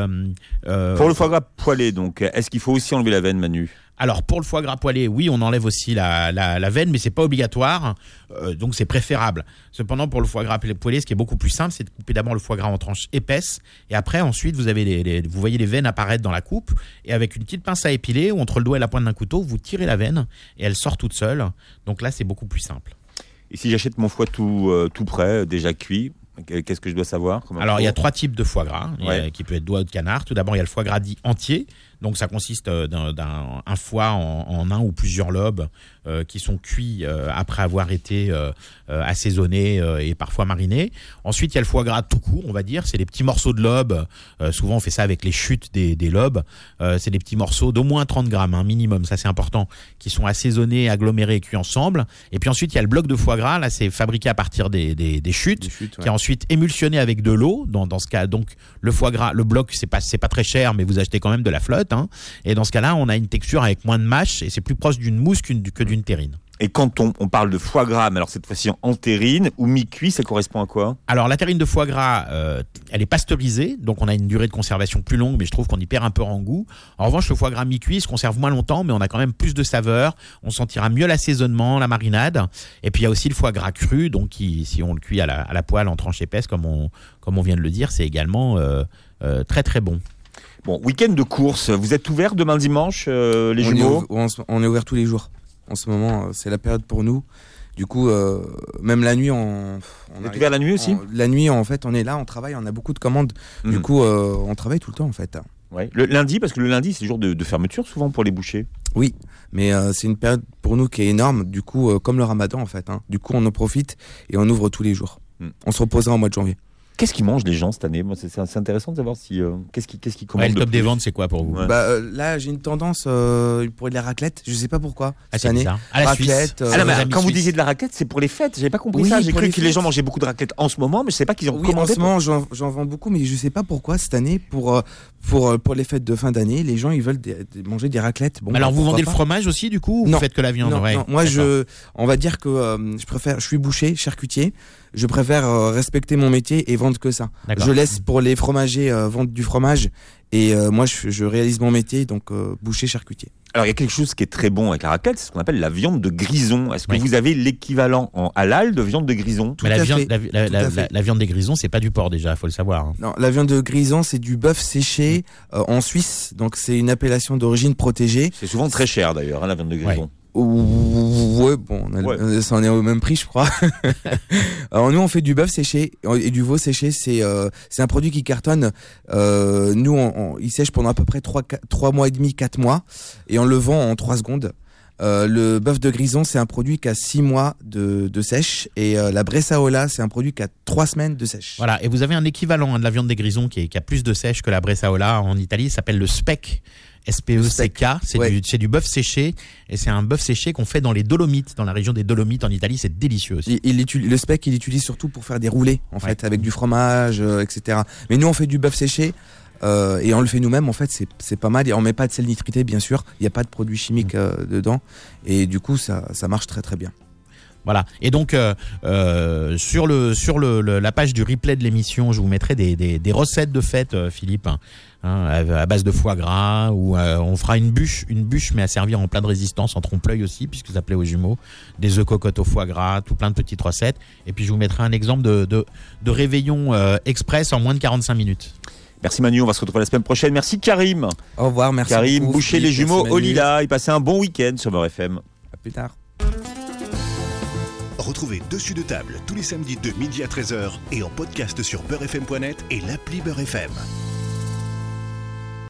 pour le foie gras poêlé, donc, est-ce qu'il faut aussi enlever la veine, Manu ? Alors pour le foie gras poêlé, oui, on enlève aussi la veine, mais c'est pas obligatoire, donc c'est préférable. Cependant, pour le foie gras poêlé, ce qui est beaucoup plus simple, c'est de couper d'abord le foie gras en tranches épaisses, et après, ensuite, vous voyez les veines apparaître dans la coupe, et avec une petite pince à épiler, ou entre le doigt et la pointe d'un couteau, vous tirez la veine, et elle sort toute seule. Donc là, c'est beaucoup plus simple. Et si j'achète mon foie tout prêt, déjà cuit, qu'est-ce que je dois savoir ? Alors, il y a 3 types de foie gras, qui peut être doigt de canard. Tout d'abord, il y a le foie gras dit entier. Donc, ça consiste d'un foie en un ou plusieurs lobes qui sont cuits après avoir été assaisonnés et parfois marinés. Ensuite, il y a le foie gras tout court, on va dire. C'est les petits morceaux de lobes. Souvent, on fait ça avec les chutes des lobes. C'est des petits morceaux d'au moins 30 grammes, minimum, ça c'est important, qui sont assaisonnés, agglomérés et cuits ensemble. Et puis ensuite, il y a le bloc de foie gras. Là, c'est fabriqué à partir des chutes, qui est ensuite émulsionné avec de l'eau. Dans ce cas, donc, le foie gras, le bloc, c'est pas très cher, mais vous achetez quand même de la flotte. Hein. Et dans ce cas-là, on a une texture avec moins de mâche et c'est plus proche d'une mousse que d'une terrine. Et quand on parle de foie gras, mais alors cette fois-ci en terrine ou mi-cuit, ça correspond à quoi ? Alors la terrine de foie gras, elle est pasteurisée, donc on a une durée de conservation plus longue, mais je trouve qu'on y perd un peu en goût. En revanche, le foie gras mi-cuit se conserve moins longtemps, mais on a quand même plus de saveur. On sentira mieux l'assaisonnement, la marinade. Et puis il y a aussi le foie gras cru, donc si on le cuit à la poêle en tranches épaisses, comme on vient de le dire, c'est également très très bon. Bon, week-end de course, vous êtes ouvert demain dimanche, les jumeaux ? On est ouvert tous les jours. En ce moment, c'est la période pour nous. Du coup, même la nuit, on est ouvert la nuit aussi ? La nuit, en fait, on est là, on travaille, on a beaucoup de commandes. Du coup, on travaille tout le temps, en fait. Ouais. Le lundi, parce que le lundi, c'est le jour de fermeture, souvent, pour les bouchers. Oui, mais c'est une période pour nous qui est énorme. Du coup, comme le ramadan, en fait. Hein. Du coup, on en profite et on ouvre tous les jours. On se reposera au mois de janvier. Qu'est-ce qu'ils mangent les gens cette année ? Moi, c'est intéressant de savoir si qu'est-ce qu'ils commandent. Le top des ventes, c'est quoi pour vous ? Là, j'ai une tendance pour de la raclette. Je sais pas pourquoi. Cette année, à la raclette. Quand vous disiez de la raclette, c'est pour les fêtes. J'avais pas compris ça. J'ai cru que les gens mangeaient beaucoup de raclette en ce moment, mais je sais pas qu'ils ont commandé. En ce moment, j'en vends beaucoup, mais je sais pas pourquoi cette année pour les fêtes de fin d'année, les gens ils veulent manger des raclettes. Bon, alors vous vendez le fromage aussi du coup ou vous faites que la viande ? Non, moi on va dire que je suis boucher, charcutier. Je préfère respecter mon métier et vendre que ça. D'accord. Je laisse pour les fromagers vendre du fromage et moi je réalise mon métier, donc boucher, charcutier. Alors il y a quelque chose qui est très bon avec la raclette, c'est ce qu'on appelle la viande de grison. Est-ce que vous avez l'équivalent en halal de viande de grison ? La viande des grisons, c'est pas du porc déjà, faut le savoir. Hein. Non, la viande de grison, c'est du bœuf séché en Suisse, donc c'est une appellation d'origine protégée. C'est souvent très cher d'ailleurs, la viande de grison. Ouais. Ouais, bon, ça en est au même prix, je crois. Alors nous, on fait du bœuf séché et du veau séché. C'est un produit qui cartonne. Nous, il sèche pendant à peu près 3 mois et demi, 4 mois, et on le vend en 3 secondes. Le bœuf de Grison, c'est un produit qui a 6 mois de sèche, et la Bressaola, c'est un produit qui a 3 semaines de sèche. Voilà, et vous avez un équivalent de la viande des Grisons qui a plus de sèche que la Bressaola en Italie, il s'appelle le Speck. SPECK, c'est du bœuf séché, et c'est un bœuf séché qu'on fait dans les Dolomites, dans la région des Dolomites en Italie, c'est délicieux aussi. Le speck, il l'utilise surtout pour faire des roulés, en fait, avec du fromage, etc. Mais nous, on fait du bœuf séché, et on le fait nous-mêmes, en fait, c'est pas mal. Et on met pas de sel nitrité, bien sûr, il n'y a pas de produits chimiques dedans, et du coup, ça marche très très bien. Voilà. Et donc sur la page du replay de l'émission, je vous mettrai des recettes de fête, Philippe, à base de foie gras, où on fera une bûche mais à servir en plein de résistance, en trompe-l'œil aussi, puisque ça plaît aux jumeaux, des œufs cocottes au foie gras, tout plein de petites recettes. Et puis je vous mettrai un exemple de réveillon express en moins de 45 minutes. Merci Manu, on va se retrouver la semaine prochaine. Merci Karim. Au revoir, merci Karim, beaucoup, boucher les jumeaux au Lila, et passez un bon week-end sur Beurre FM. À plus tard. Retrouvez Dessus de table tous les samedis de midi à 13h et en podcast sur beurrefm.net et l'appli Beurre FM.